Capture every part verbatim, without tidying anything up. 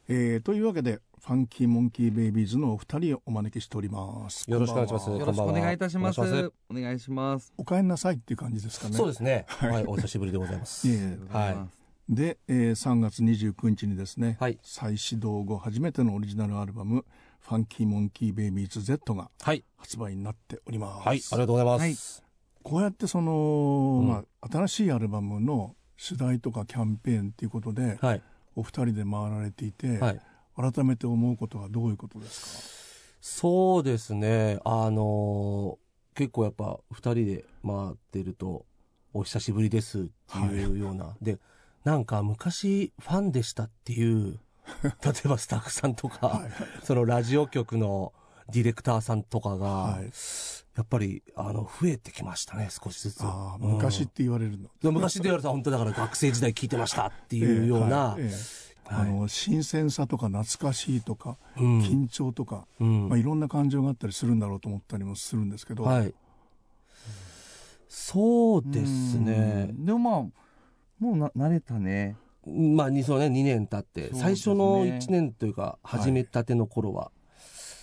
えー、というわけでファンキーモンキーベイビーズのお二人をお招きしております。 よろしくお願いします。 よろしくお願いいたします。お願いします。 お帰りなさいっていう感じですかね。 そうですね、はいはい、お久しぶりでございます。 いえはい、で、えー、さんがつにじゅうくにちにですね、はい、再始動後初めてのオリジナルアルバムファンキーモンキーベイビーズ Z が発売になっております。 はい、ありがとうございます。 はい、こうやってその、うん、まあ、新しいアルバムの主題とかキャンペーンっていうことで、はい、お二人で回られていて、はい、改めて思うことはどういうことですか？ そうですね、あのー、結構やっぱふたりで回ってるとお久しぶりですっていうような、はい、でなんか昔ファンでしたっていう例えばスタッフさんとか、はい、そのラジオ局のディレクターさんとかが、はい、やっぱりあの増えてきましたね、少しずつ。 あ、昔って言われるの？ 昔って言われたら本当だから学生時代聞いてましたっていうような、えーはいえーあの新鮮さとか懐かしいとか、うん、緊張とか、うんまあ、いろんな感情があったりするんだろうと思ったりもするんですけど、はい、 そうですね。 でもまあもうな慣れたね。 まあそうね、にねん経って、ね、最初のいちねんというか始めたての頃は、はい、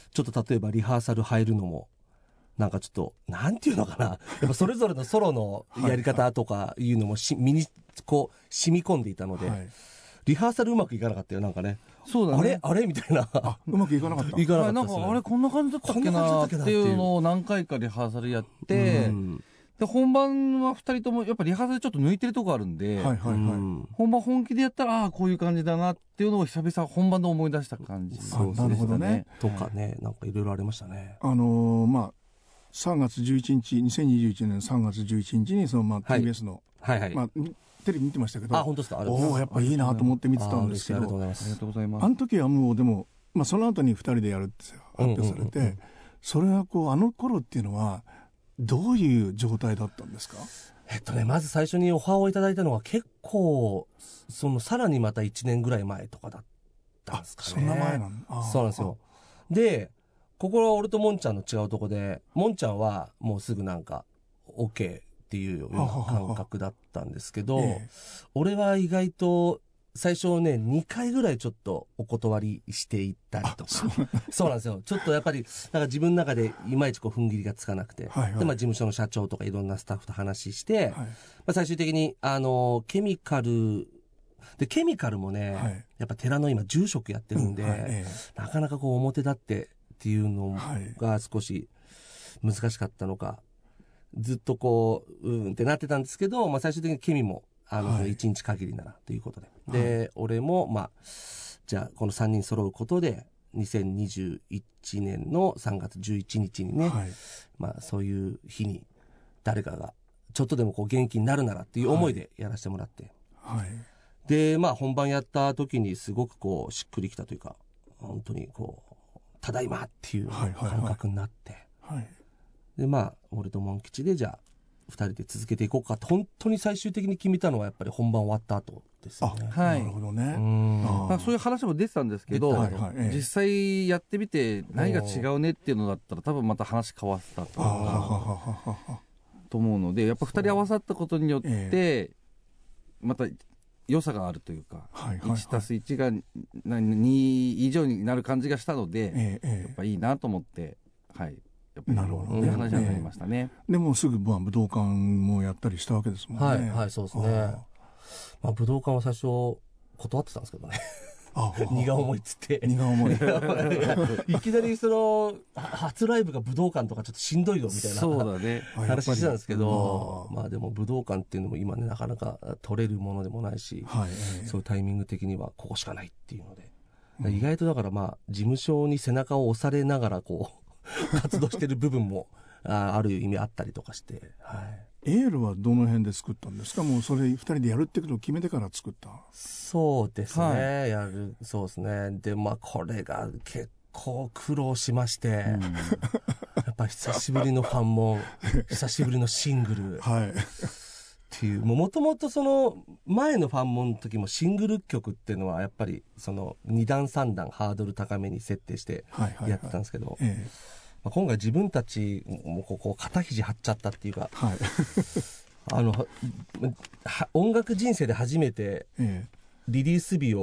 ちょっと例えばリハーサル入るのもなんかちょっとなんていうのかな、やっぱそれぞれのソロのやり方とかいうのもし身にこう染み込んでいたので、はい、リハーサルうまくいかなかったよ、なんかね。 そうだね。 あれあれみたいな。 あ、うまくいかなかった。 いかなかったですね。なんかあれこんな感じだったっけなっていうのを何回かリハーサルやって、うん、で本番はふたりともやっぱリハーサルちょっと抜いてるとこあるんで、はいはいはい、本番本気でやったらああこういう感じだなっていうのを久々本番で思い出した感じ。 そうなるほどね。 とかね、なんかいろいろありましたね。 あのー、まあさんがつじゅういちにち、にせんにじゅういちねんさんがつじゅういちにちにそのまあ ティービーエス の、はいはいはい、まあテレビ見てましたけど、 あ、本当ですか。 おお、やっぱいいなと思って見てたんですけど、ありがとうございます。 ありがとうございます。 あの時はもうでも、まあ、その後にふたりでやるって発表されて、うんうんうんうん、それはこうあの頃っていうのはどういう状態だったんですか？ えっとね、まず最初にオファーをいただいたのは結構そのさらにまたいちねんぐらい前とかだったんですかね。 そんな前なの？ そうなんですよ。で、ここは俺ともんちゃんの違うとこで、もんちゃんはもうすぐなんか OKっていうような感覚だったんですけど、ええ、俺は意外と最初ねにかいぐらいちょっとお断りしていったりとか、そうそうなんですよ。ちょっとやっぱりなんか自分の中でいまいちこう踏ん切りがつかなくて、はいはい、でまあ事務所の社長とかいろんなスタッフと話して、はい、まあ、最終的にあのケミカルでケミカルもね、はい、やっぱ寺の今住職やってるんで、うんはい、ええ、なかなかこう表立ってっていうのが少し難しかったのか、ずっとこううんってなってたんですけど、まあ、最終的にケミもあの、はい、いちにち限りならということで、で、はい、俺もまあじゃあこのさんにん揃うことでにせんにじゅういちねんのさんがつじゅういちにちにね、はい、まあそういう日に誰かがちょっとでもこう元気になるならっていう思いでやらせてもらって、はい、でまあ本番やった時にすごくこうしっくりきたというか、本当にこうただいまっていう感覚になって、はいはいはい、でまあ俺とモン吉でじゃあふたりで続けていこうかって本当に最終的に決めたのはやっぱり本番終わった後ですよね。 はい、なるほどね。うん、 まあ、そういう話も出てたんですけど、はいはいええ、実際やってみて何が違うねっていうのだったら多分また話変わったとと思うので、やっぱふたり合わさったことによってまた良さがあるというか、はいはいはい、いちたすいちがに以上になる感じがしたので、ええ、やっぱいいなと思って、はい、やっぱりなるほどね、話になりましたね。 ええ、でもすぐ武道館もやったりしたわけですもんね。 はいはい、そうですね。まあ、武道館は最初断ってたんですけどね。荷が重いっつって荷が重いいきなりその初ライブが武道館とかちょっとしんどいよみたいなそうだ、ね、話してたんですけど、まあでも武道館っていうのも今ねなかなか取れるものでもないし、はい、そういうタイミング的にはここしかないっていうので、うん、意外とだからまあ事務所に背中を押されながらこう活動してる部分もあ, ある意味あったりとかして、はい、 エールはどの辺で作ったんですか？もうそれふたりでやるってことを決めてから作った？ そうですね、はい、やるそうですね。でまあこれが結構苦労しまして、うん、やっぱ久しぶりのファンも久しぶりのシングル、はい、っていうもともとその前のファンモンの時もシングル曲っていうのはやっぱりそのにだんさんだんハードル高めに設定してやってたんですけど、はいはいはい、ええまあ、今回自分たちもここ肩肘張っちゃったっていうか、はい、あの音楽人生で初めてリリース日を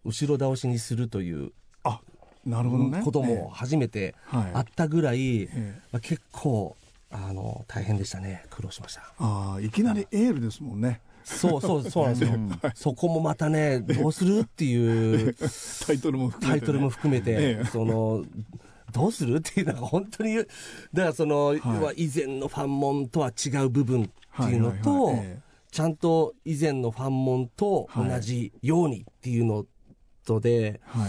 後ろ倒しにするというあなるほどねことも初めてあったぐらい、ええまあ、結構あの大変でしたね。苦労しました。 あいきなりエールですもんね。 そうそうそうなんですよ、うん、そこもまたねどうするっていうタイトルも含めて、ね、 タイトルも含めて、ええ、そのどうするっていうのが本当にだからその、はい、以前のファンモンとは違う部分っていうのと、はいはいはいええ、ちゃんと以前のファンモンと同じようにっていうのとで、はい、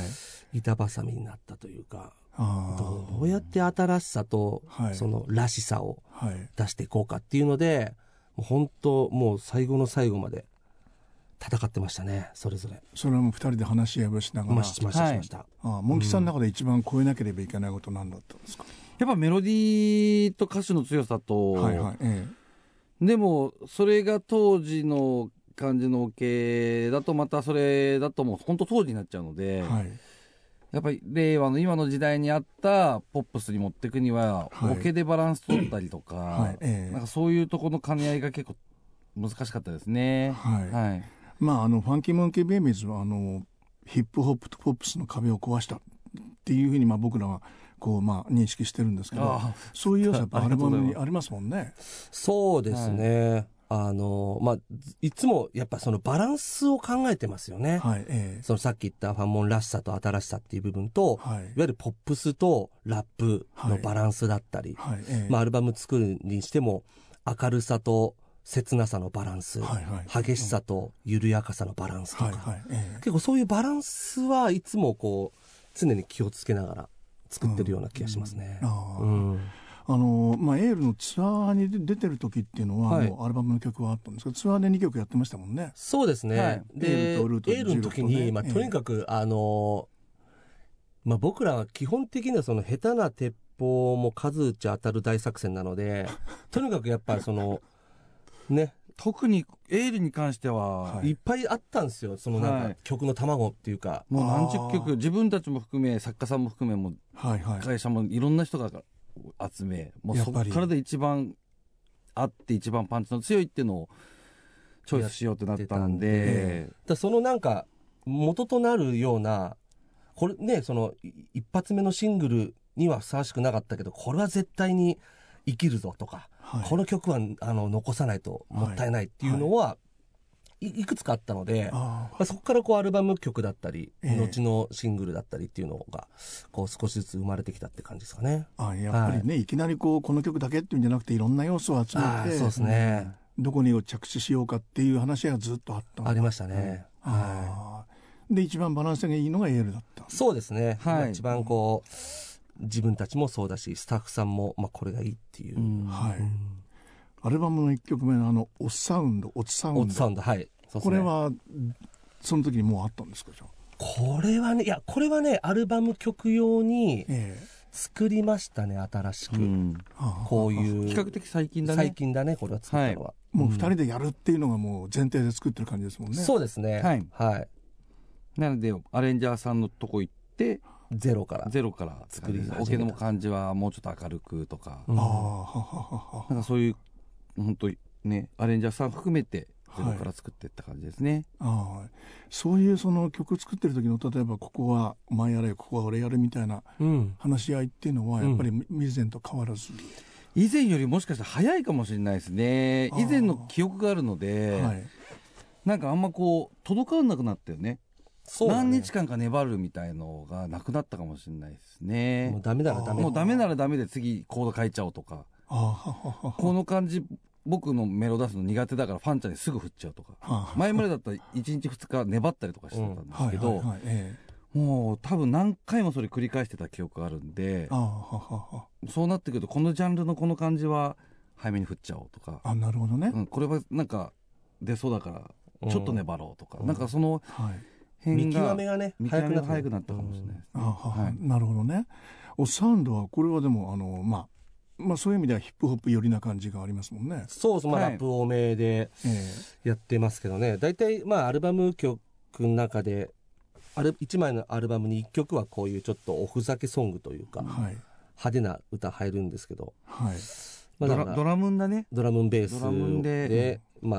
板挟みになったというか、どうやって新しさとそのらしさを出していこうかっていうので、もう本当もう最後の最後まで戦ってましたね。それぞれそれはもうふたりで話し合いをしながら。 ましましたしました、はい、 あモン吉さんの中で一番超えなければいけないことは何だったんですか？ やっぱメロディーと歌詞の強さと、はいはいええ、でもそれが当時の感じのオ、ケだとまたそれだともう本当当時になっちゃうので、はい、やっぱり令和の今の時代に合ったポップスに持っていくには、はい、オケでバランス取ったりとか、はいええ、なんかそういうところの兼ね合いが結構難しかったですね。はいはいまあ、あのファンキーモンキーベイビーズはあのヒップホップとポップスの壁を壊したっていうふうにまあ僕らはこうまあ認識してるんですけど、そういう要素やっぱアルバムにありますもんね。 そうですね、はいあのまあ、いつもやっぱそのバランスを考えてますよね、はいえー、そのさっき言ったファンモンらしさと新しさっていう部分と、はい、いわゆるポップスとラップのバランスだったり、はいはいえーまあ、アルバム作るにしても明るさと切なさのバランス、はいはい、激しさと緩やかさのバランスとか、はいはいえー、結構そういうバランスはいつもこう常に気をつけながら作ってるような気がしますね。うんうんあのまあ、エールのツアーに出てる時っていうのは、はい、もうアルバムの曲はあったんですけどツアーでにきょくやってましたもんね。 そうですね、はい、でエールとルート、ね、エールの時に、まあ、とにかく、えーあのまあ、僕らは基本的にはその下手な鉄砲も数打ち当たる大作戦なのでとにかくやっぱりそのね特にエールに関しては、 はい、いっぱいあったんですよ。そのなんか曲の卵っていうか、はい、 もう何十曲自分たちも含め作家さんも含めも、はいはい、会社もいろんな人が集めもうそこからで一番あって一番パンチの強いっていうのをチョイスしようってなったんで、えー、だそのなんか元となるようなこれねその一発目のシングルにはふさわしくなかったけどこれは絶対に生きるぞとか、はい、この曲はあの残さないともったいないっていうのは、はいはい、い, いくつかあったのでまあ、そこからこうアルバム曲だったり、えー、後のシングルだったりっていうのがこう少しずつ生まれてきたって感じですかね。 あやっぱりね、はい、いきなりこうこの曲だけっていうんじゃなくていろんな要素を集めてそうですね、 どこに着手しようかっていう話がずっとあったありましたね、うん、 はい、で一番バランスがいいのがエールだった。 そうですね、はい、一番こう自分たちもそうだしスタッフさんも、まあ、これがいいっていう、うんはいうん、 アルバムのいっきょくめのあのオツサウンドオツサウンドオツサウンド、はい、そうですね、 これはその時にもうあったんですか？じゃあこれはねいやこれはねアルバム曲用に作りましたね、えー、新しく、うん、こういう比較的最近だね最近だねこれは作ったのは、はい、 もうふたりでやるっていうのがもう前提で作ってる感じですもんね。 そうですね、はい、はい、 なのでアレンジャーさんのとこ行ってゼロからゼロから作りオケの感じはもうちょっと明るくとか、うん、あなんかそういう本当にねアレンジャーさん含めてゼロから作っていった感じですね、 はい、あそういうその曲作ってる時の例えばここはお前やれここは俺やるみたいな話し合いっていうのはやっぱり以前と変わらず、うん、 以前よりもしかしたら早いかもしれないですね。以前の記憶があるので、はい、なんかあんまこう届かなくなったよね。そうだね、何日間か粘るみたいのがなくなったかもしれないですね。 もうダメならダメもうダメならダメで次コード変えちゃおうとかこの感じ僕のメロ出すの苦手だからファンちゃんにすぐ振っちゃうとか前までだったらいちにちふつか粘ったりとかしてたんですけどもう多分何回もそれ繰り返してた記憶があるんでそうなってくるとこのジャンルのこの感じは早めに振っちゃおうとかあなるほどね、 うん、これはなんか出そうだからちょっと粘ろうとか、うん、なんかその、はい見極めがね早くな早くなったかもしれないですね、うんあはい、なるほどね。おサウンドはこれはでもあの、まあ、まあそういう意味ではヒップホップ寄りな感じがありますもんね。 そうそう、まあ、ラップ多めでやってますけどね、だいたいまあアルバム曲の中であれいちまいのアルバムにいっきょくはこういうちょっとおふざけソングというか、はい、派手な歌入るんですけど、はいまあ、だからドラムンだねドラムンベースで、で、まあ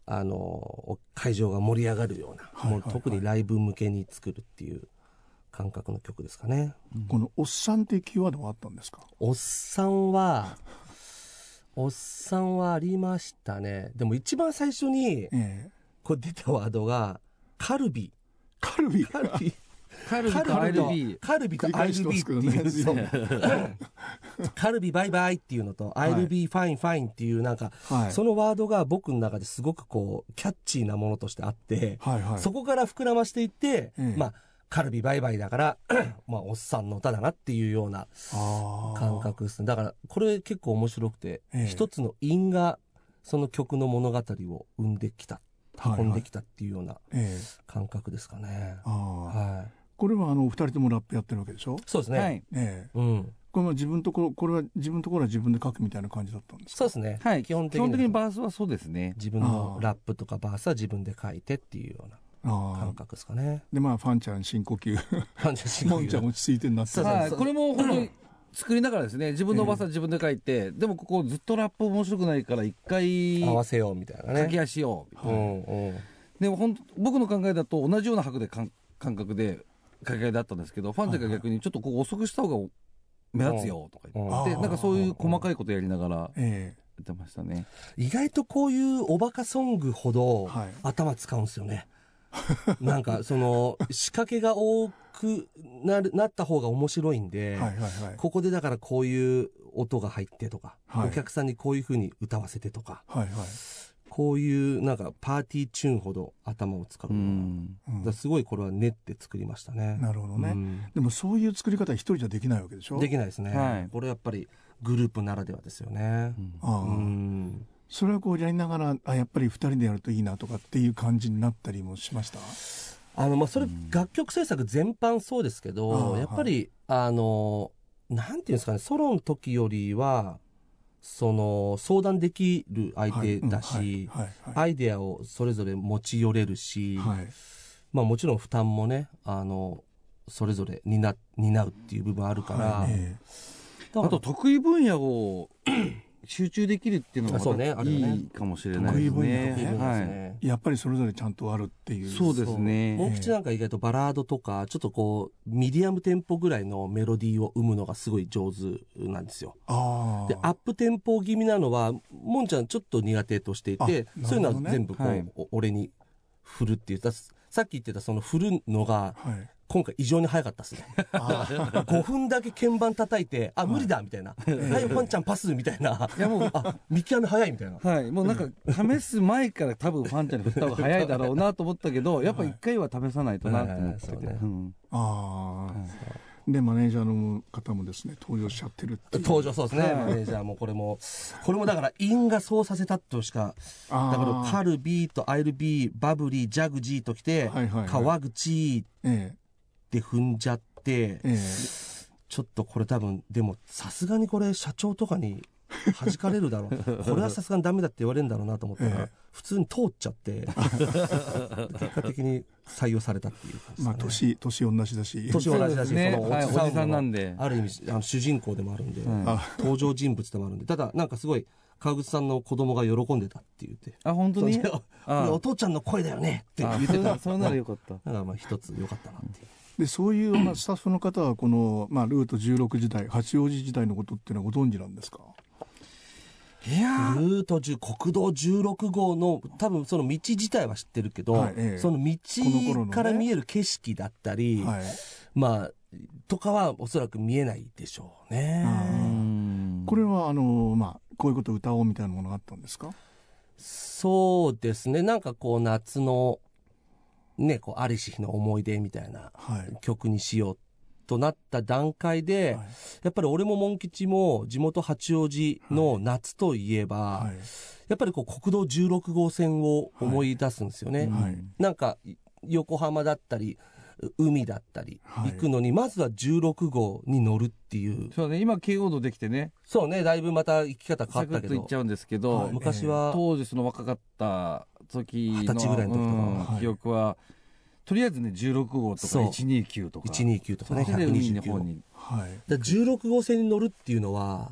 あの会場が盛り上がるような、はいはいはい、もう特にライブ向けに作るっていう感覚の曲ですかね、 うん、このおっさんっていうキーワードはあったんですか？ おっさんはおっさんはありましたね。でも一番最初にこう出たワードがカルビカルビカルビカルビと アイエルビーカルビと アイエルビー っていう、ね、カルビバイバイっていうのと、はい、アイエルビー ファインファインっていうなんか、はい、そのワードが僕の中ですごくこうキャッチーなものとしてあって、はいはい、そこから膨らましていって、ええ、まあカルビバイバイだからまあおっさんの歌だなっていうような感覚ですね。だからこれ結構面白くて、ええ、一つの因がその曲の物語を生んできた、運んできたっていうような感覚ですかね。はいはい、はい、 これはあのお二人ともラップやってるわけでしょ？ そうですね。はい、 ええ、うん、これは自分のところこれは自分のところは自分で書くみたいな感じだったんですか？ そうですね。 はい、基本的に基本的にバースはそうですね。 自分のラップとかバースは自分で書いてっていうような感覚ですかね。 でまあファンちゃん深呼吸、ファンちゃん深呼吸、モンちゃん落ち着いてなって、 はい、これも本当に作りながらですね、自分のバースは自分で書いて、えー、でもここずっとラップ面白くないから一回合わせようみたいなね、 書き足しよう、 うんうん、 でも本当僕の考えだと同じような拍で感覚で書き換えだったんですけど、ファンちゃんが逆にちょっとここ遅くした方が目立つよとか言って、うん、なんかそういう細かいことやりながらやってましたね。 意外とこういうおバカソングほど頭使うんですよね。なんかその仕掛けが多く な, るなった方が面白いんで、はいはいはい、ここでだからこういう音が入ってとか、はい、お客さんにこういう風に歌わせてとか、はいはい、こういうなんかパーティーチューンほど頭を使うの、うんうん、だすごいこれは練って作りましたね。 なるほどね、うん、でもそういう作り方は一人じゃできないわけでしょ？ できないですね、はい、これやっぱりグループならではですよね、うんあうん、それをこうやりながらあやっぱりふたりでやるといいなとかっていう感じになったりもしました？ あの、まあ、それ楽曲制作全般そうですけど、やっぱりあのなんていうんですかね、ソロの時よりはその相談できる相手だし、アイデアをそれぞれ持ち寄れるし、はい、まあ、もちろん負担もねあのそれぞれ担、担うっていう部分あるから、はいね、 だからあと得意分野を集中できるっていうのがまたいいかもしれないですね。 はい、やっぱりそれぞれちゃんとあるっていう。 そうですね。 モン吉なんか意外とバラードとかちょっとこうミディアムテンポぐらいのメロディーを生むのがすごい上手なんですよ。あでアップテンポ気味なのはモンちゃんちょっと苦手としていて、ね、そういうのは全部こう、はい、俺に振るっていう、さっき言ってたその振るのが、はい今回異常に早かったですね。ごふんだけ鍵盤叩いて、あ、無理だみたいな。はい、はい、ファンちゃんパスみたいな。いやもう、あ、見極め早いみたいな。 はい、もうなんか、試す前から多分ファンちゃんに振った方が早いだろうなと思ったけど、やっぱ一回は試さないとなと思ってて。 ああ。で、マネージャーの方もですね、登場しちゃってるっていう。 登場、そうですね。マネージャーもこれも、これもだから、因がそうさせたとしか、だから、カルビーと アイエルビー、バブリー、ジャグジーときて、はいはいはい、川口、ええで踏んじゃって、ええ、ちょっとこれ多分でもさすがにこれ社長とかに弾かれるだろうこれはさすがにダメだって言われるんだろうなと思ったら、ええ、普通に通っちゃって結果的に採用されたっていう感じですかね。 まあ年年同じだし年同じだし、 ね、そのおじさんなんである意味あの主人公でもあるんで、うん、登場人物でもあるんで、ただなんかすごい川口さんの子供が喜んでたって言って、 あ本当にお父ちゃんの声だよねって言ってた。 それならよかった。 だからまあ一つよかったなっていう。 でそういう、まあ、スタッフの方はこの、まあ、ルートじゅうろく時代八王子時代のことっていうのはご存知なんですか？ いやルートじゅう国道じゅうろく号の多分その道自体は知ってるけど、はいええ、その道から見える景色だったり、ねはい、まあとかはおそらく見えないでしょうね。 うんこれはあの、まあ、こういうことを歌おうみたいなものがあったんですか？ そうですね、なんかこう夏のね、こうありし日の思い出みたいな曲にしようとなった段階で、はい、やっぱり俺もモン吉も地元八王子の夏といえば、はい、やっぱりこう国道じゅうろく号線を思い出すんですよね、はい、なんか横浜だったり海だったり行くのに、まずはじゅうろく号に乗るっていう。 そうね、今京王道できてね、 そうね、だいぶまた行き方変わったけど、サクッと行っちゃうんですけど、 昔は当時その若かった時の二十歳ぐらいの時とか、 うん、記憶はとりあえずねじゅうろく号とかいちにきゅうとかいちにきゅうとかねひゃくにじゅうきゅう、はい、だじゅうろく号線に乗るっていうのは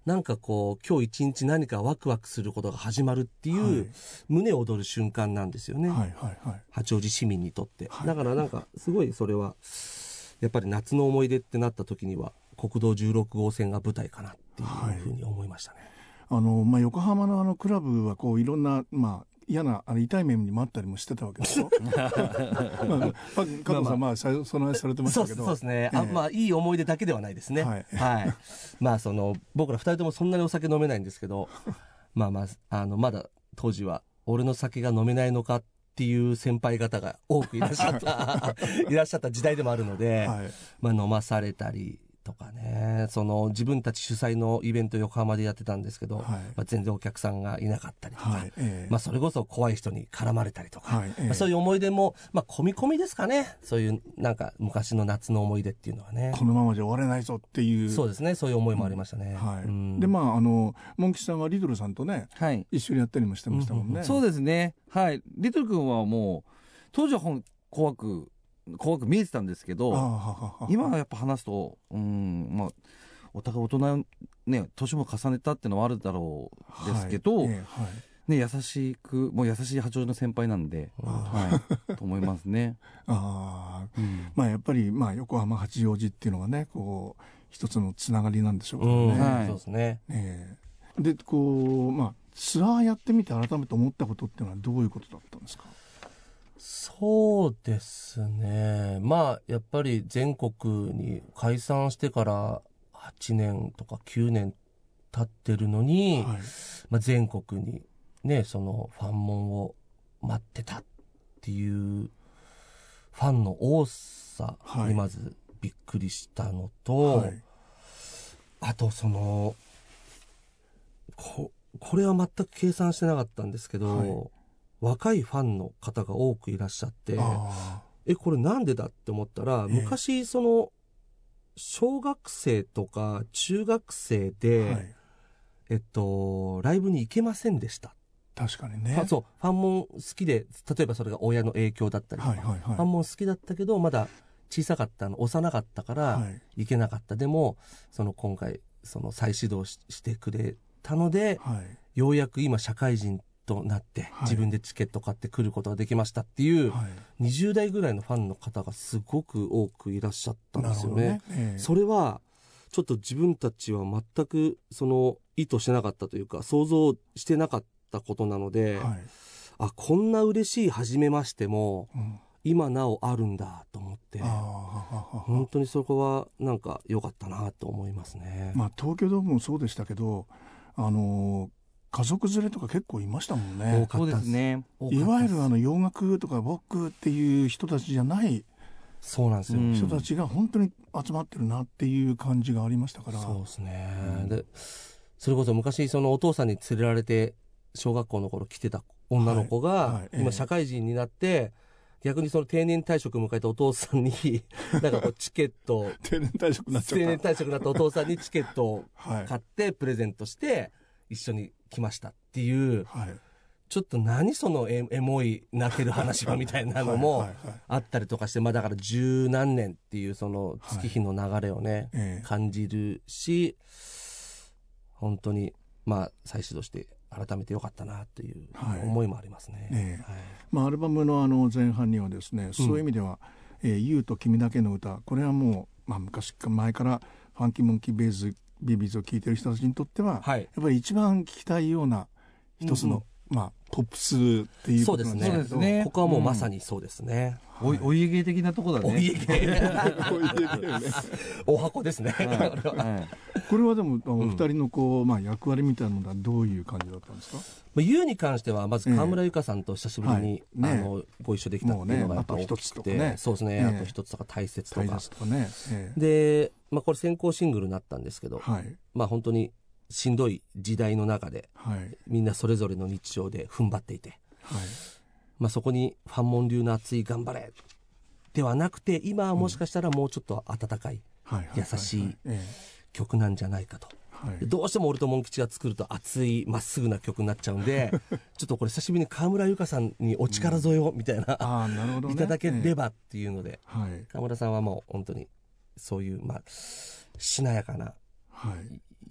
なんかこう今日一日何かワクワクすることが始まるっていう、はい、胸躍る瞬間なんですよね、はいはいはい、八王子市民にとって、はい、だからなんかすごいそれはやっぱり夏の思い出ってなった時には国道じゅうろくごうせんが舞台かなっていうふうに思いましたね、 はい、あのまあ、横浜のあのクラブはこういろんな、まあ嫌なあの痛い面にもあったりもしてたわけですよ。まあ、加藤さん、まあ、その話されてましたけど、 そうですね、えー、あまあ、いい思い出だけではないですね、はいはい、まあその僕らふたりともそんなにお酒飲めないんですけどまあまあ、あのまだ当時は俺の酒が飲めないのかっていう先輩方が多くいらっしゃったいらっしゃった時代でもあるので、はい、まあ、飲まされたりとかね、その自分たち主催のイベント横浜でやってたんですけど、はい、まあ、全然お客さんがいなかったりとか、はい、えーまあ、それこそ怖い人に絡まれたりとか、はい、えーまあ、そういう思い出も、まあ、込み込みですかね。そういうなんか昔の夏の思い出っていうのはね、 このままじゃ終われないぞっていう、 そうですね、そういう思いもありましたね、 うん、はい、うん、でまああのモン吉さんはリトルさんとね、はい、一緒にやったりもしてましたもんね、うんうん、 そうですね、はい、リトル君はもう当時は怖く怖く見えてたんですけど、今はやっぱ話すと、うん、まあお互い大人ね、年も重ねたっていうのはあるだろうですけど、はい、えーはいね、優しくもう優しい八王子の先輩なんで、はい、と思いますね。 あ、うん、まあやっぱり、まあ、横浜八王子っていうのがね、こう一つのつながりなんでしょうからね。うん、はい、そうですね。ね、でこう、まあ、ツアーやってみて改めて思ったことっていうのはどういうことだったんですか？ そうですね、まあやっぱり全国に解散してからはちねんとかきゅうねん経ってるのに、はい、まあ、全国にねそのファンモンを待ってたっていうファンの多さにまずびっくりしたのと、はい、あとその こ, これは全く計算してなかったんですけど、はい、若いファンの方が多くいらっしゃって、えこれなんでだって思ったら、昔その小学生とか中学生で、はい、えっとライブに行けませんでした。 確かにね。 そう、ファンモン好きで、例えばそれが親の影響だったりとか、はいはいはい、ファンモン好きだったけどまだ小さかったの幼かったから行けなかった、はい、でもその今回その再始動 し, してくれたので、はい、ようやく今社会人となって自分でチケット買って来ることができましたっていう、はい、にじゅう代ぐらいのファンの方がすごく多くいらっしゃったんですよ ね, ね、えー、それはちょっと自分たちは全くその意図してなかったというか想像してなかったことなので、はい、あこんな嬉しい初めましても、うん、今なおあるんだと思って、本当にそこはなんか良かったなと思いますね。 まあ、東京ドームもそうでしたけど、あのー家族連れとか結構いましたもんね。 多かったですね。 いわゆるあの洋楽とかボックっていう人たちじゃないそうなんですよ、 人たちが本当に集まってるなっていう感じがありましたから。 そうですね、うん、でそれこそ昔そのお父さんに連れられて小学校の頃来てた女の子が、はいはい、今社会人になって、えー、逆にその定年退職を迎えたお父さんになんかこうチケット定年退職になっちゃった定年退職になったお父さんにチケットを買ってプレゼントして一緒に来ましたっていう、はい、ちょっと何その エ, エモい泣ける話はみたいなのもあったりとかして、まあ、だから十何年っていうその月日の流れをね、はい、感じるし、本当にまあ再始動して改めてよかったなという思いもありますね、はいえーはい、 まあ、アルバム の, あの前半にはですね、そういう意味では、うんえー、You と君だけの歌、これはもう、まあ、昔前からファンキーモンキーベーズビービーズを聴いてる人たちにとっては、はい、やっぱり一番聴きたいような一つの、うん、まあ、ポップスっていうことなんですけど、そうですね、 ここはもうまさにそうですね、 うん、お, お家芸的なとこだね。 お家芸お箱ですね、はいはい、 これはでもお二人のこう、まあ、役割みたいなのはどういう感じだったんですか？ まあ、ユーに関してはまず河村由佳さんと久しぶりに、えーはいね、あのご一緒できたっていうのがやっぱ大きくて、ねね、そうですね、えー、あと一つとか大切とか、大切とかね、えー、で、まあ、これ先行シングルになったんですけど、はい、まあ本当にしんどい時代の中で、はい、みんなそれぞれの日常で踏ん張っていて、はい、まあ、そこにファンモン流の熱い頑張れではなくて、今はもしかしたらもうちょっと温かい、うん、優しい曲なんじゃないかと、はい、どうしても俺とモン吉が作ると熱いまっすぐな曲になっちゃうんでちょっとこれ久しぶりに河村由佳さんにお力添えをみたいな、うん、あ、なるほどね、いただければっていうので、はい、河村さんはもう本当にそういう、まあ、しなやかな、はい、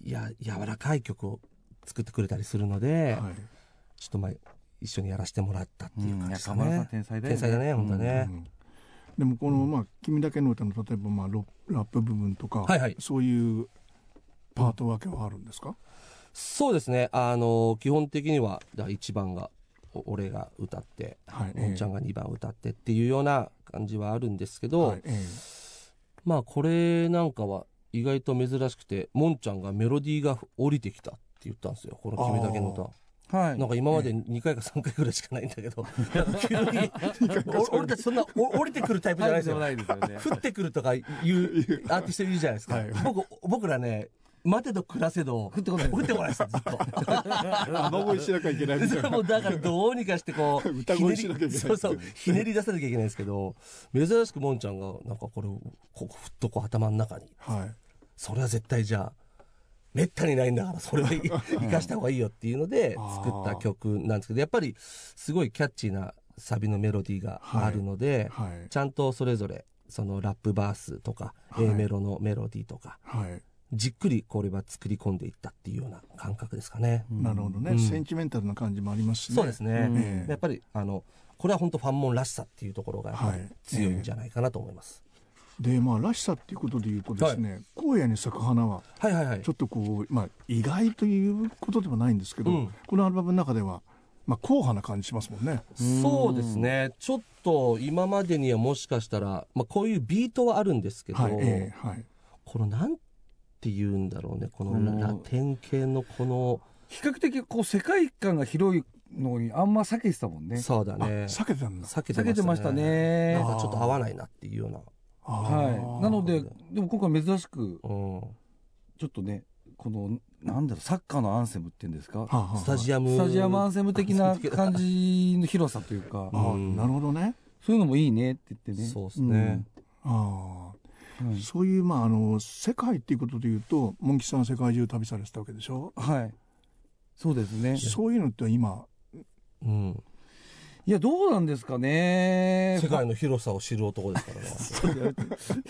や柔らかい曲を作ってくれたりするので、はい、ちょっとまあ一緒にやらせてもらったっていう感じですかね。 うん、天才だよね。 天才だね本当ね、うんうん、 でもこの、まあ、君だけの歌の例えば、まあ、ラップ部分とか、はいはい、そういうパート分けはあるんですか？うん、 そうですね、あの基本的にはいちばんが俺が歌って、はい、もんちゃんがにばん歌ってっていうような感じはあるんですけど、はい、えー、まあこれなんかは意外と珍しくて、もんちゃんがメロディーが降りてきたって言ったんですよ、この君だけの歌。はい、なんか今までにかいかさんかいぐらいしかないんだけど、急に俺たちそんな降りてくるタイプじゃないですよ。降ってくるとかいうアーティストいるじゃないですか。はい、僕僕らね、待てど暮らせど降ってこない降ってこないですよ、ずっと雨乞いしなきゃいけないみたいな。 もうだからどうにかしてこう歌声しなきゃいけない、 そうそうひねり出さなきゃいけないんですけど、珍しくもんちゃんがなんかこれをこうふっとこう頭の中に、はい、それは絶対じゃあめったにないんだからそれは生かした方がいいよっていうので作った曲なんですけど、やっぱりすごいキャッチーなサビのメロディーがあるので、はいはい、ちゃんとそれぞれそのラップバースとか、はい、A メロのメロディーとか、はい、じっくりこれは作り込んでいったっていうような感覚ですかね。 なるほどね、うん、センチメンタルな感じもありますしね。 そうですね、うん、やっぱりあのこれは本当ファンモンらしさっていうところがやっぱり強いんじゃないかなと思います。 はい、でまあらしさっていうことでいうとですね、はい、荒野に咲く花はちょっとこう、まあ、意外ということではないんですけど、うん、このアルバムの中では、まあ、硬派な感じしますもんね。 そうですね、ちょっと今までにはもしかしたら、まあ、こういうビートはあるんですけど、はいえーはい、このなんて言うんだろうね、このラテン系のこの比較的こう世界観が広いのにあんま避けてたもんね。 そうだね、 避けてたんだ。 避けてましたね。避けてましたね。なんかちょっと合わないなっていうような。 はい、なのででも今回珍しく、うん、ちょっとねこのなんだろうサッカーのアンセムっていうんですか、はあはあ、 スタジアムスタジアムアンセム的な感じの広さというかあ、うん、なるほどね、 そういうのもいいねって言ってね。 そうですね、 うん、あはい、そういう、まあ、あの世界っていうことでいうとモンキさん世界中旅されてたわけでしょ。 はい、そうですね。 そういうのって今、 うん、いやどうなんですかね。 世界の広さを知る男ですからね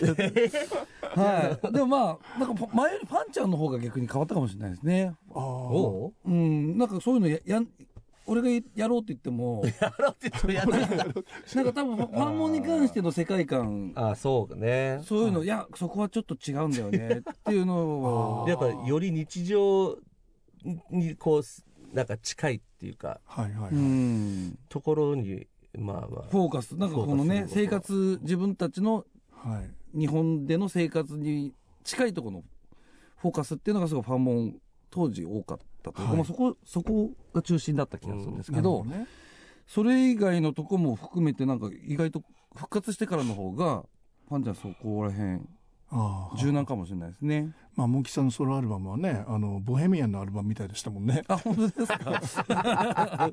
はい、でもまあなんか前よりファンちゃんの方が逆に変わったかもしれないですね。あおう、うん、なんかそういうの や, や俺がやろうって言ってもやろうって言ってもやらないなんか多分ファンモンに関しての世界観、 ああそうね、 そういうの、いやそこはちょっと違うんだよねっていうのをやっぱより日常にこうなんか近いっていうか、はいはいはい、うんところにまあまあフォーカス、なんかこのね生活、自分たちの日本での生活に近いところのフォーカスっていうのがすごいファンモン当時多かったというか、はい、まあ、そこそこが中心だった気がするんですけど、うんね、それ以外のとこも含めてなんか意外と復活してからの方がファンちゃんそこら辺柔軟かもしれないですね。 まあモンキさんのソロアルバムはね、あのボヘミアンのアルバムみたいでしたもんね。 あ、本当ですかはい、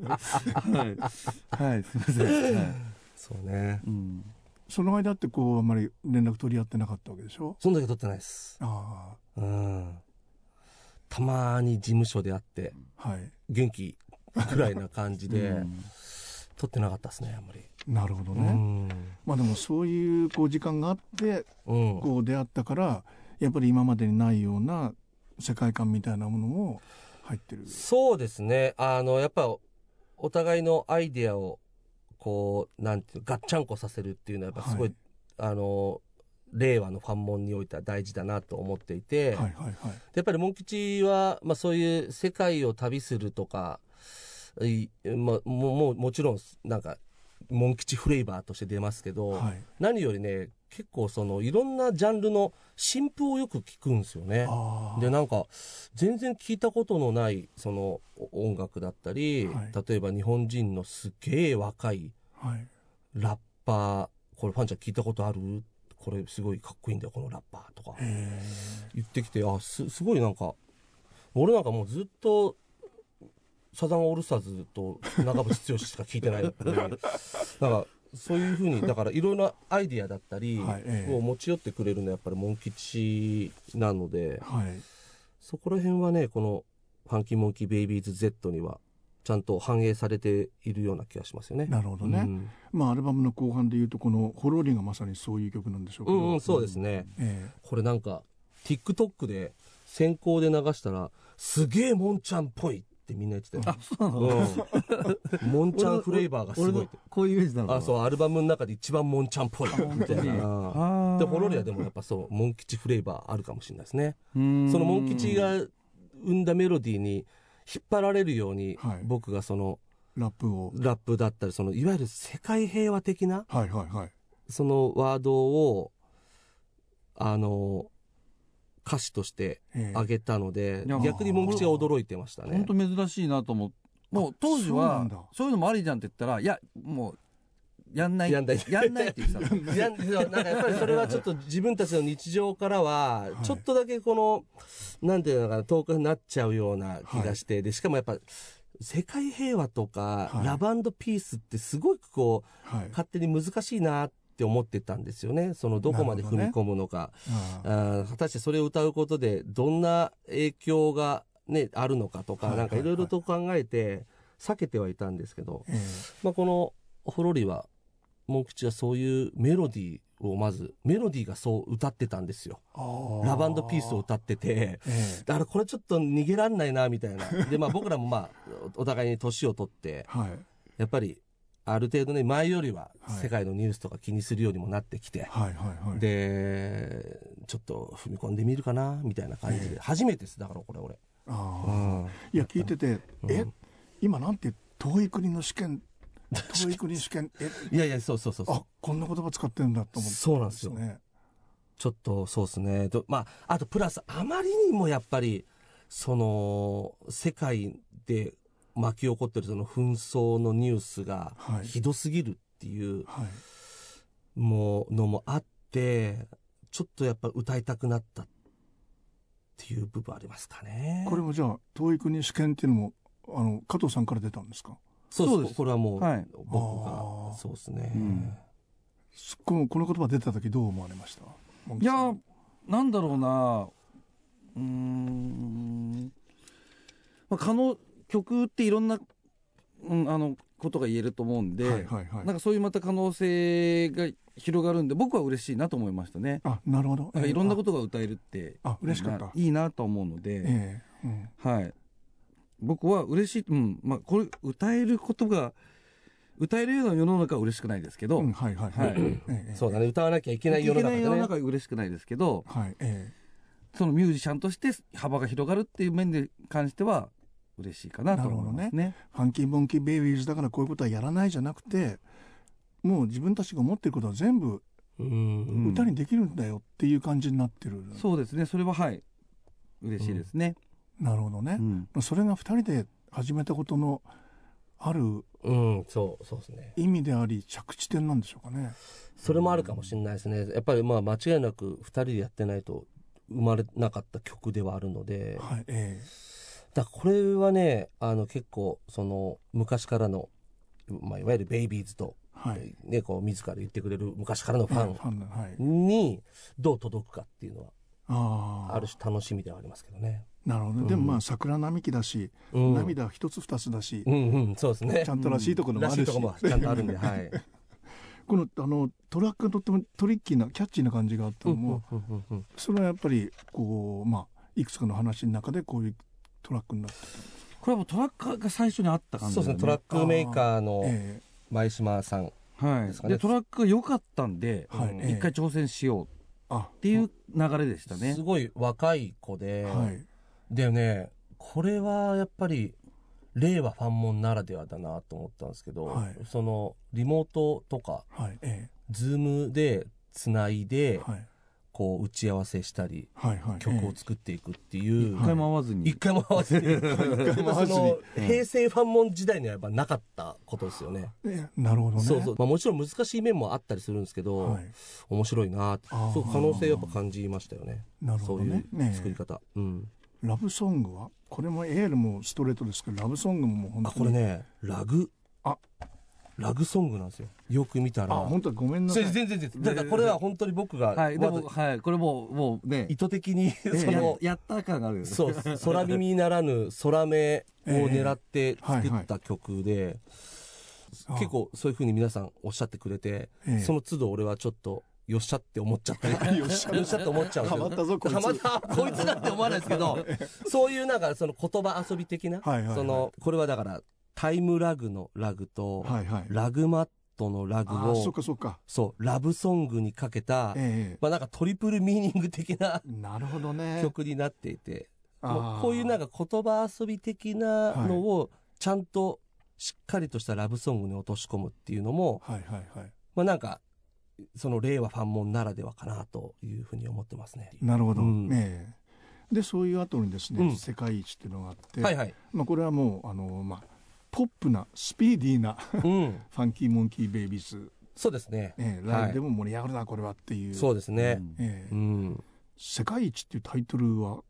はい、すみません、はい、 そうね、うん、 その間ってこうあんまり連絡取り合ってなかったわけでしょ。 その時取ってないです。ああ、うん、たまに事務所で会って、はい、元気くらいな感じで、うん、取ってなかったですねあんまり。 なるほどね、うん、まあでもそういうこう時間があってこう出会ったからやっぱり今までにないような世界観みたいなものも入ってる。 そうですね、あのやっぱお互いのアイデアをこうなんていうガッチャンコさせるっていうのはやっぱすごい、はい、あの令和のファンモンにおいては大事だなと思っていて、はいはいはい、やっぱりモン吉は、まあ、そういう世界を旅するとか、まあ、も, も, もちろんなんかモン吉フレーバーとして出ますけど、はい、何よりね結構そのいろんなジャンルの新譜をよく聞くんですよね。でなんか全然聞いたことのないその音楽だったり、はい、例えば日本人のすげえ若いラッパー、これファンちゃん聞いたことある？これすごいかっこいいんだよこのラッパーとか言ってきて、あ す, すごいなんか俺なんかもうずっとサザンオールスターズと長渕剛しか聞いてないのでなんかそういう風にだからいろいろなアイディアだったりを持ち寄ってくれるのはやっぱりモン吉なので、はい、そこら辺はねこのファンキーモンキーベイビーズ Z にはちゃんと反映されているような気がしますよね。 なるほどね、うん、まあアルバムの後半でいうとこのホロリがまさにそういう曲なんでしょうけど、 うんうん、そうですね、えー、これなんか TikTok で先行で流したらすげえモンちゃんっぽいってみんな言ってたよ。 あ、そうなの、 うん、モンちゃんフレーバーがすごいって。 こういうイメージなの。 あ、そう、アルバムの中で一番モンちゃんっぽいみたいな。でホロリはでもやっぱそうモン吉フレーバーあるかもしれないですね。そのモン吉が生んだメロディーに引っ張られるように、はい、僕がそのラップをラップだったりそのいわゆる世界平和的な、 はいはいはい、 そのワードをあの歌詞としてあげたので、逆にモン吉が驚いてましたね。 本当珍しいなと思って、もう当時はそういうのもありじゃんって言ったら、いやもうやんないやんないやんないって言ってたの。 やんなんかやっぱりそれはちょっと自分たちの日常からはちょっとだけこの、はい、なんていうのかな、遠くになっちゃうような気がして、はい、でしかもやっぱ世界平和とか、はい、ラブ&ピースってすごくこう、はい、勝手に難しいなって思ってたんですよね。そのどこまで踏み込むのか、ね、あ果たしてそれを歌うことでどんな影響が、ね、あるのかとか、はい、なんかいろいろと考えて避けてはいたんですけど、はい、まあ、このフロリはモン吉はそういうメロディーをまずメロディーがそう歌ってたんですよ。ラブ&ピースを歌ってて、えー、だからこれちょっと逃げらんないなみたいな。でまあ僕らもまあお互いに年を取って、はい、やっぱりある程度ね前よりは世界のニュースとか気にするようにもなってきて、はいはいはい、でちょっと踏み込んでみるかなみたいな感じで、えー、初めてですだからこれ俺。 あ、うん、いや聞いてて、うん、え今なんて遠い国の試験遠い国試験えいやいやそうそうそうそう、 あこんな言葉使ってるんだと思って、ね、 そうなんですよ。ちょっとそうですね。まああとプラスあまりにもやっぱりその世界で巻き起こってるその紛争のニュースがひどすぎるっていう、はい、もうのもあってちょっとやっぱ歌いたくなったっていう部分ありますかね。 これもじゃあ遠い国試験っていうのもあの加藤さんから出たんですか？ そうです。これはもう、はい、僕がそうですね、うん、 このこの言葉出た時どう思われました？ いやなんだろうな、うーん、まあ、可能曲っていろんな、うん、あのことが言えると思うんで、はいはいはい、なんかそういうまた可能性が広がるんで僕は嬉しいなと思いましたね。 あ、なるほど、 えー、いろんなことが歌えるってあ嬉しかったいいなと思うので、 えーうん、 はい、僕は嬉しい、うんまあ、これ歌えることが歌えるような世の中は嬉しくないですけど、うんはいはいはいええ、そうだね、歌わなきゃいけない世の中でね、いけない世の中は嬉しくないですけど、 はいええ、そのミュージシャンとして幅が広がるっていう面で関しては嬉しいかなと思いますね。 ねファンキーモンキーベイビーズだからこういうことはやらないじゃなくて、もう自分たちが思っていることは全部歌にできるんだよっていう感じになってる、 うん、そうですね、それははい嬉しいですね、 うん、なるほどね、うん、それがふたりで始めたことのあるうん、そうそうですね、 意味であり着地点なんでしょうかね。 それもあるかもしれないですね。やっぱりまあ間違いなくふたりでやってないと生まれなかった曲ではあるので、はいえー、だからこれはねあの結構その昔からの、まあ、いわゆるベイビーズと、はいね、こう自ら言ってくれる昔からのファンにどう届くかっていうのは あ, ある種楽しみではありますけどね。 なるほど、うん、でもまあ桜並木だし、うん、涙一つ二つだし、 うんうん、そうですね、 ちゃんとらしいところもあるし、うん、らしいところもちゃんとあるんで、はい、 このあのトラックがとってもトリッキーなキャッチーな感じがあったのも、うんうんうんうん、それはやっぱりこう、まあ、いくつかの話の中でこういうトラックになってたんですか？ これはもうトラックが最初にあった感じですね。 そうですね、トラックメーカーの前島さんですかね、 はい、でトラックが良かったんで、はい、一回挑戦しようっていう流れでしたね。 すごい若い子で、はい、でねこれはやっぱり令和ファンモンならではだなと思ったんですけど、はい、そのリモートとか、はいええ、ズームでつないで、はい、こう打ち合わせしたり、はいはい、曲を作っていくっていう、 ええ、一回も会わずに一回も会わずにその平成ファンモン時代にはやっぱなかったことですよね、 ええ、なるほどね。 そうそう、まあ、もちろん難しい面もあったりするんですけど、はい、面白いなって、そう可能性やっぱ感じましたよね。 なるほどね、 そういう作り方、ねうん、 ラブソングはこれもエールもストレートですけど、ラブソングももう本当にあこれねラグあラグソングなんですよ。よく見たら。 あ本当ごめんなさい。 全然全然。だからこれは本当に僕が、 はい、でもはいこれももうね意図的にそのや, やった感があるよね。 そう空耳ならぬ空目を狙って作った曲で、えーはいはい、結構そういう風に皆さんおっしゃってくれて、えー、その都度俺はちょっとよっしゃって思っちゃったりよっしゃって思っちゃうんですハマったぞこいつハマったこいつだって思わないですけどそういうなんかその言葉遊び的な、はいはいはい、そのこれはだからタイムラグのラグと、はいはい、ラグマットのラグをそうかそうかそうラブソングにかけた、ええまあ、なんかトリプルミーニング的ななるほど、ね、 曲になっていてもうこういうなんか言葉遊び的なのをちゃんとしっかりとしたラブソングに落とし込むっていうのも、はいはいはいまあ、なんかその令和ファンモンならではかなというふうに思ってますね。 なるほど、うんええ、でそういう後にですね、うん、世界一っていうのがあって、はいはいまあ、これはもうあの、まあ、ポップなスピーディーな、うん、ファンキーモンキーベイビーズそうですね、 ええ、ライブでも盛り上がるなこれはっていうそうですね、 うんええうん、世界一っていうタイトルは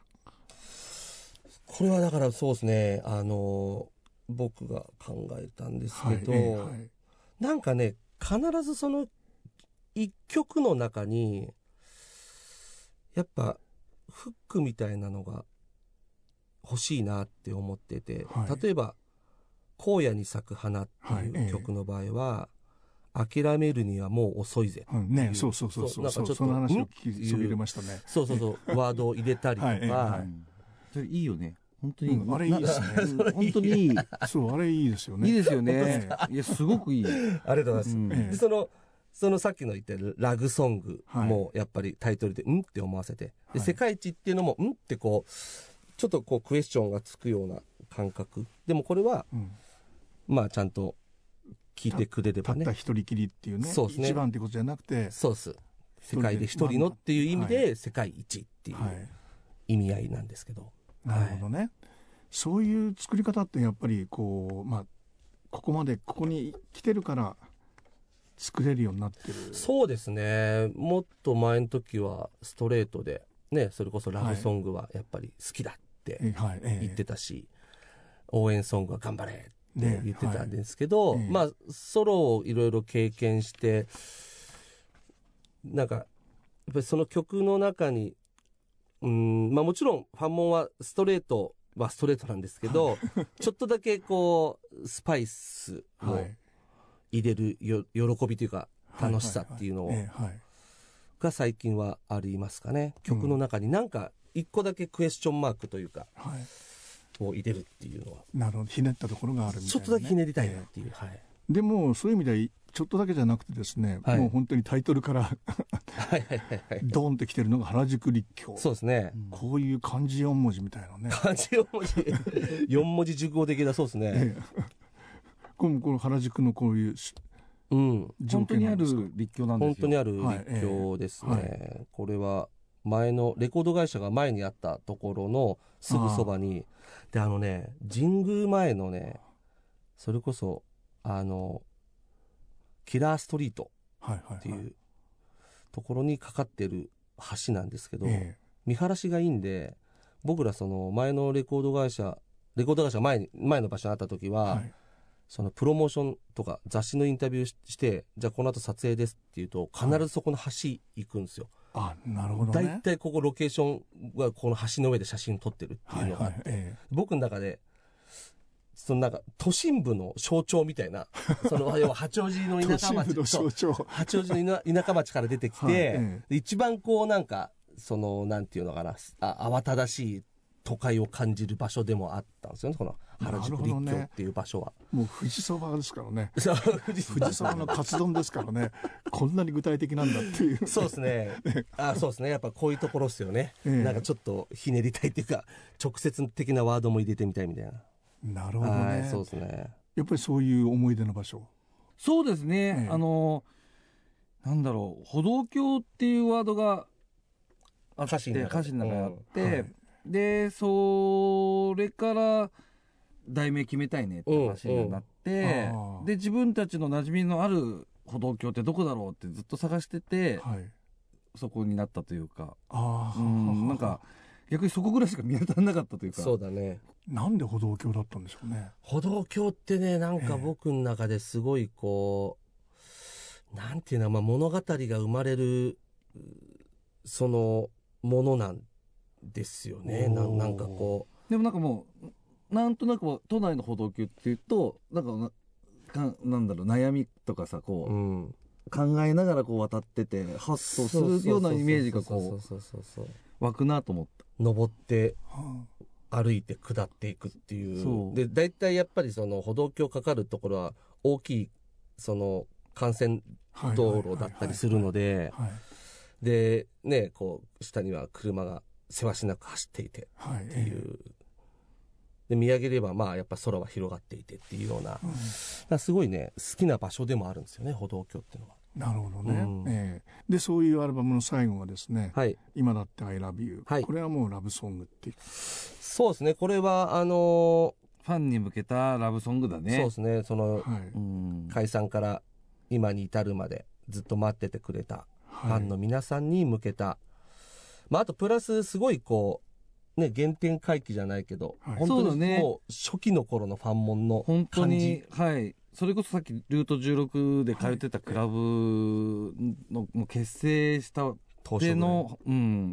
これはだからそうですねあの僕が考えたんですけど、はいええはい、なんかね必ずその一曲の中にやっぱフックみたいなのが欲しいなって思ってて、はい、例えば荒野に咲く花っていう曲の場合は、はいええ、諦めるにはもう遅いぜっていう、うんね、 そうそうそうそうなんかちょっとその話を聞きそびれましたねそうそうそうワードを入れたりとか、はいはい、 それいいよね本当に、 うん、あれいいですね本当にいいそうあれいいですよねいいですよねいやすごくいいありがとうございます、うん、でそのそのさっきの言ったラグソングもやっぱりタイトルでうんって思わせて、で世界一っていうのもうんってこうちょっとこうクエスチョンがつくような感覚でもこれは、うん、まあちゃんと聞いてくれればねたった一人きりっていうねそうですね一番ってことじゃなくてそうです世界で一人のっていう意味で世界一っていう意味合いなんですけど、 はい、なるほどね、はい、そういう作り方ってやっぱりこうまあここまでここに来てるから作れるようになってるそうですねもっと前の時はストレートでねそれこそラブソングはやっぱり好きだって言ってたし、はいええ、応援ソングは頑張れって言ってたんですけど、ねはい、まあソロをいろいろ経験してなんかやっぱりその曲の中にうんまあもちろんファンモンはストレートはストレートなんですけどちょっとだけこうスパイスを、はい入れるよ喜びというか楽しさっていうのが最近はありますかね、曲の中になんか一個だけクエスチョンマークというか、はい、を入れるっていうのはなるほどひねったところがあるみたいな、ね、 ちょっとだけひねりたいなっていう、えーはい、 でもそういう意味ではちょっとだけじゃなくてですね、はい、もう本当にタイトルからドンってきてるのが原宿立教そうですね、 うん、こういう漢字よん文字みたいなね漢字よん文字よん文字熟語的なそうですね、えーこのこの原宿のこういう、 うん、本当にある立教なんですよ本当にある立教ですね、はいえー、これは前のレコード会社が前にあったところのすぐそばにであのね神宮前のねそれこそあのキラーストリートっていうところにかかってる橋なんですけど、えー、見晴らしがいいんで僕らその前のレコード会社レコード会社前に前の場所にあった時は、はいそのプロモーションとか雑誌のインタビューしてじゃあこの後撮影ですっていうと必ずそこの橋行くんですよ、 はい、あなるほどねだいたいここロケーションはこの橋の上で写真撮ってるっていうのがあって、はいはいええ、僕の中でそのなんか都心部の象徴みたいなその要は八王子の田舎町八王子の田舎町から出てきて、はいええ、一番こうなんかそのなんていうのかなあ慌ただしい都会を感じる場所でもあったんですよねこの原宿立教っていう場所は、 ね、もう富士そばですからね富士そばのカツ丼ですからねこんなに具体的なんだっていうそうですねあそうですねやっぱこういうところですよね、ええ、なんかちょっとひねりたいっていうか直接的なワードも入れてみたいみたいななるほどねそうですねやっぱりそういう思い出の場所そうですね、ええ、あのなんだろう歩道橋っていうワードがあって歌詞の中にあって、うんはい、でそれから題名決めたいねって話になって、うんうん、で自分たちの馴染みのある歩道橋ってどこだろうってずっと探してて、はい、そこになったというかあ、うん、なんか逆にそこぐらいしか見当たらなかったというかそうだねなんで歩道橋だったんでしょうね歩道橋ってねなんか僕の中ですごいこう、えー、なんていうの、まあ、物語が生まれるそのものなんですよね な, なんかこうでもなんかもうなんとなく都内の歩道橋っていうとなんか な, かなんだろう悩みとかさこう、うん、 考えながらこう渡っててハッとするようなイメージがこう湧くなと思った。 登って歩いて下っていくっていう。で大体やっぱりその歩道橋かかるところは大きいその幹線道路だったりするので、でねこう下には車がせわしなく走っていてっていう。で見上げればまあやっぱ空は広がっていてっていうような、うん、すごいね好きな場所でもあるんですよね歩道橋っていうのは。 なるほどね、うんえー、でそういうアルバムの最後がですね、はい、今だって I love you、はい、これはもうラブソングっていう。 そうですねこれはあのー、 ファンに向けたラブソングだね。 そうですねその、はい、解散から今に至るまでずっと待っててくれたファンの皆さんに向けた、はいまあ、あとプラスすごいこうね、原点回帰じゃないけど、はい、本当にもう初期の頃のファンモンの感じ、 本当に、はい、それこそさっきルートじゅうろくで通ってたクラブの、はい、結成したての、うん、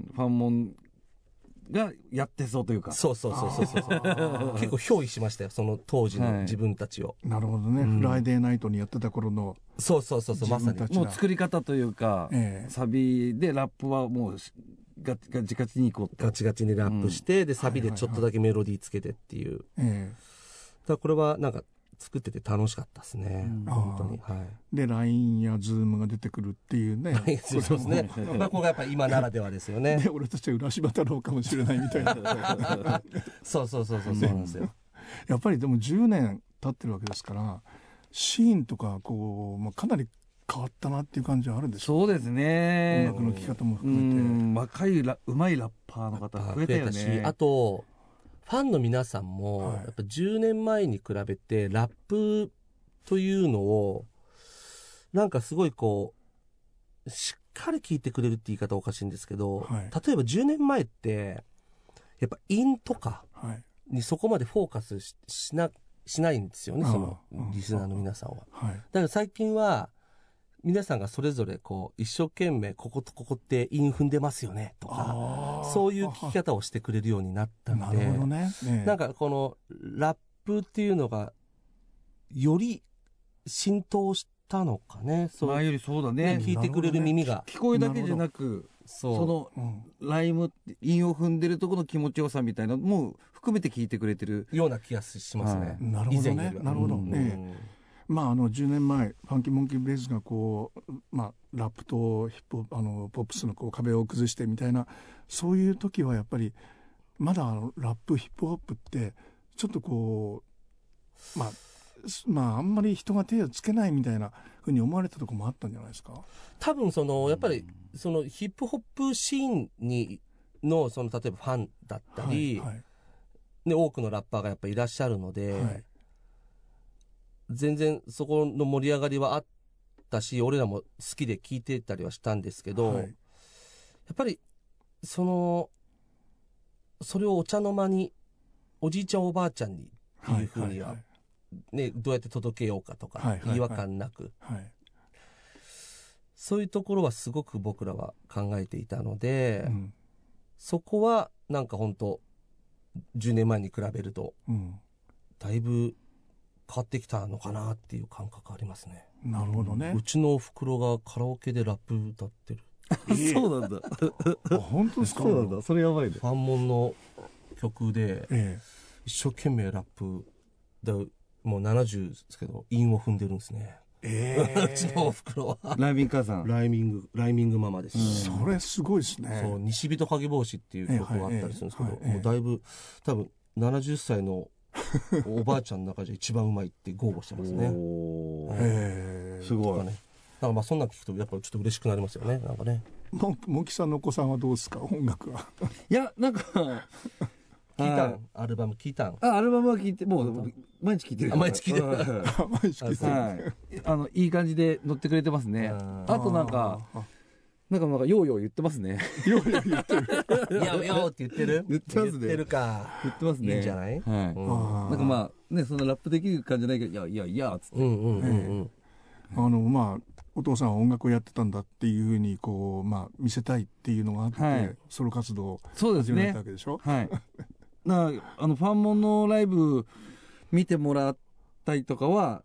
ファンモンがやってそうというか、 そうそうそうそうそう結構憑依しましたよその当時の自分たちを、はい、なるほどね、うん、フライデーナイトにやってた頃のそうそうそうそうまさにもう作り方というか、ええ、サビでラップはもうガチガチガチにいこうガチガチにラップして、うん、でサビでちょっとだけメロディーつけてっていう、はいはいはい、だからこれはなんか作ってて楽しかったですね、うん、本当に、はい、 で ライン や Zoom が出てくるっていうねそうですねまあここがやっぱり今ならではですよねで俺たちは浦島太郎かもしれないみたいなそうそうそうそうそうなんですよやっぱりでもじゅうねん経ってるわけですからシーンとかこう、まあ、かなり変わったなっていう感じはあるんでしょう。そうですね。 音楽の聴き方も含めて若いラうまいラッパーの方増えたよね。 増えたしあとファンの皆さんも、はい、やっぱじゅうねんまえに比べてラップというのをなんかすごいこうしっかり聴いてくれるって言い方おかしいんですけど、はい、例えばじゅうねんまえってやっぱ韻とかにそこまでフォーカス し, し, なしないんですよねそのリスナーの皆さんは、はい、だから最近は皆さんがそれぞれこう一生懸命こことここって韻踏んでますよねとかそういう聞き方をしてくれるようになったので、なるほどね、ねなんかこのラップっていうのがより浸透したのかね。 そう前よりそうだね。 聞いてくれる耳が、 ね、聞こえだけじゃなくそうその、うん、ライム韻を踏んでるところの気持ちよさみたいなのも含めて聞いてくれてるような気がしますね、 はい、なるほどねなるほど、うんええまあ、あのじゅうねんまえファンキーモンキーブレイズがこう、まあ、ラップとヒップあのポップスのこう壁を崩してみたいなそういう時はやっぱりまだあのラップヒップホップってちょっとこう、まあ、まああんまり人が手をつけないみたいなふうに思われたところもあったんじゃないですか。 多分そのやっぱりそのヒップホップシーンにのその例えばファンだったり、はいはいね、多くのラッパーがやっぱりいらっしゃるので、はい全然そこの盛り上がりはあったし俺らも好きで聞いてたりはしたんですけど、はい、やっぱりそのそれをお茶の間におじいちゃんおばあちゃんにっていうふうには、はいはいね、どうやって届けようかとか、はいはいはい、違和感なく、はい、そういうところはすごく僕らは考えていたので、うん、そこはなんか本当じゅうねんまえに比べると、うん、だいぶ変わってきたのかなっていう感覚ありますね。 なるほどね。 うちのおふくろがカラオケでラップ歌ってる。 そうなんだ。 本当ですか。 そうなんだ。それやばいね。 ファンモンの曲で、ええ、一生懸命ラップでもうななじゅうですけど韻を踏んでるんですね。ええ、うちのおふくろはライミング母さんライミングライミングママです、 うん、それすごいですね。 そう西人影帽子っていう曲があったりするんですけど、ええはい、もうだいぶ多分ななじゅっさいのおばあちゃんの中じゃ一番うまいって豪語してますね。 へえ、すごい。 ね、だからまあそんな聞くとやっぱちょっと嬉しくなりますよね。なんかね。 ももきさんのお子さんはどうですか音楽は。 いやなんか聞いたんアルバム聞いたん。 あアルバムは聞いてもう毎日聞いてる。 毎日聞いてる。 毎日聞いてる。はい、 あのいい感じで乗ってくれてますね。あとなんか。なんかなんかヨーヨー言ってますね。 ヨーヨー言ってる。ヨーヨーって言ってる。 言ってますね。 言ってるか。 言ってますね。 いいんじゃない。はい。うん、 なんかまあねそんなラップできる感じじゃないけどいやいやいやつって。 うんうんうんうん。 あのまあお父さんは音楽をやってたんだっていうふうにこうまあ見せたいっていうのがあって、はい、ソロ活動を始めたわけでしょ。 はい。なあのファンモンのライブ見てもらったりとかは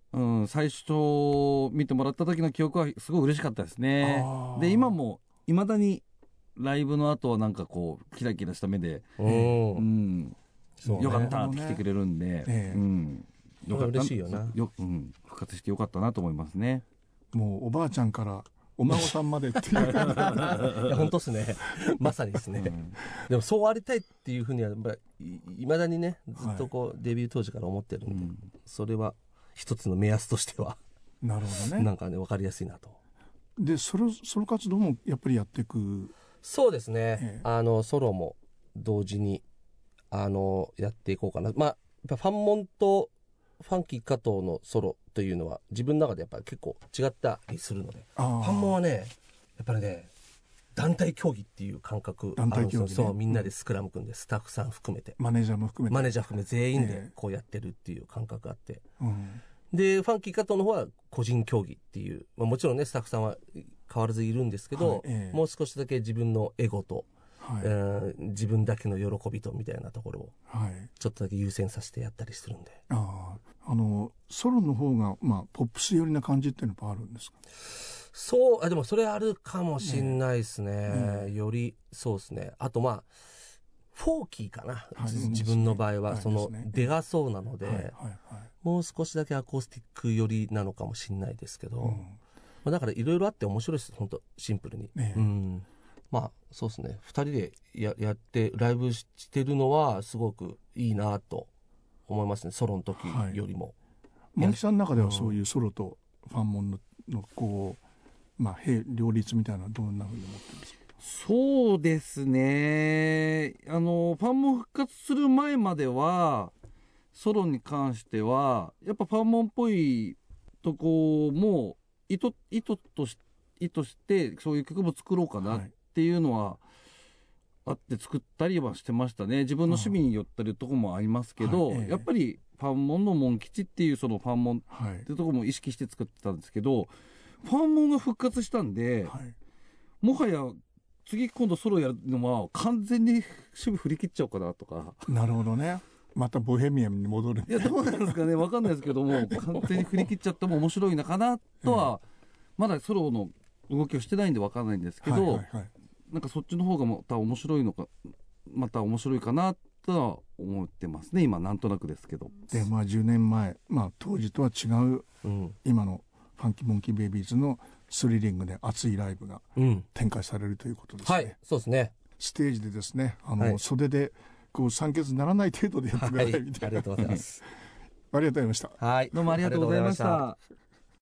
うん、最初見てもらった時の記憶はすごい嬉しかったですね。で今もいまだにライブの後はなんかこうキラキラした目で、うんうんそうね、よかったって来てくれるんで、 ねうん、 よかった嬉しいよなよ、うん、復活してよかったなと思いますね。 もうおばあちゃんからお孫さんまでっていう感じいや本当ですねまさにですね、うん、でもそうありたいっていうふうにはやっぱりいまだにねずっとこう、はい、デビュー当時から思ってるんで、うん、それは一つの目安としてはなるほどねなんかね分かりやすいなと。 でそれソロ活動もやっぱりやっていく。 そうですね、ええ、あのソロも同時にあのやっていこうかな。まあやっぱファンモンとファンキー加藤のソロというのは自分の中でやっぱり結構違ったりするので、ファンモンはねやっぱりね団体競技っていう感覚あるんですよ。そうみんなでスクラム組んでスタッフさん含めてマネージャーも含めてマネージャー含め全員でこうやってるっていう感覚があって、えーうんでファンキー加藤の方は個人競技っていう、まあ、もちろんねスタッフさんは変わらずいるんですけど、はいええ、もう少しだけ自分のエゴと、はいえー、自分だけの喜びとみたいなところをちょっとだけ優先させてやったりするんで、 ああのソロの方が、まあ、ポップス寄りな感じっていうのはあるんですか？ そうあでもそれあるかもしんないですね、ええ、よりそうですね。あとまあフォーキーかな、はい、自分の場合は、はい、その出がそうなので、はいはいはい、もう少しだけアコースティック寄りなのかもしれないですけど、うんまあ、だからいろいろあって面白いです本当シンプルに、ねうん、まあそうですねふたりで や, やってライブしてるのはすごくいいなと思いますねソロの時よりも。 マキさんの中ではそういうソロとファンモン の, のこう、まあ、両立みたいなのはどんなふうに思ってるんですか？ そうですねあのファンモン復活する前まではソロに関してはやっぱファンモンっぽいとこも意図、意図とし意図してそういう曲も作ろうかなっていうのはあって作ったりはしてましたね。自分の趣味によったりとこもありますけど、はいええ、やっぱりファンモンのモン吉っていうそのファンモンっていうとこも意識して作ってたんですけど、ファンモンが復活したんで、はい、もはや次今度ソロやるのは完全に趣味振り切っちゃおうかなとか。 なるほどね。またボヘミアンに戻る。 いやどうなんですかね分かんないですけども完全に振り切っちゃっても面白いのかなとは、まだソロの動きをしてないんで分かんないんですけど、はいはいはい、なんかそっちの方がまた面白いのかまた面白いかなとは思ってますね今なんとなくですけど。 でまあじゅうねんまえ、まあ、当時とは違う、うん、今のファンキーモンキーベイビーズのスリリングで熱いライブが展開されるということですね、 うん、はいそうですね。 ステージでですねあの、はい、袖でこう酸欠ならない程度でやってくださいみたいな、はい、ありがとうございますありがとうございました。 はいどうもありがとうございました。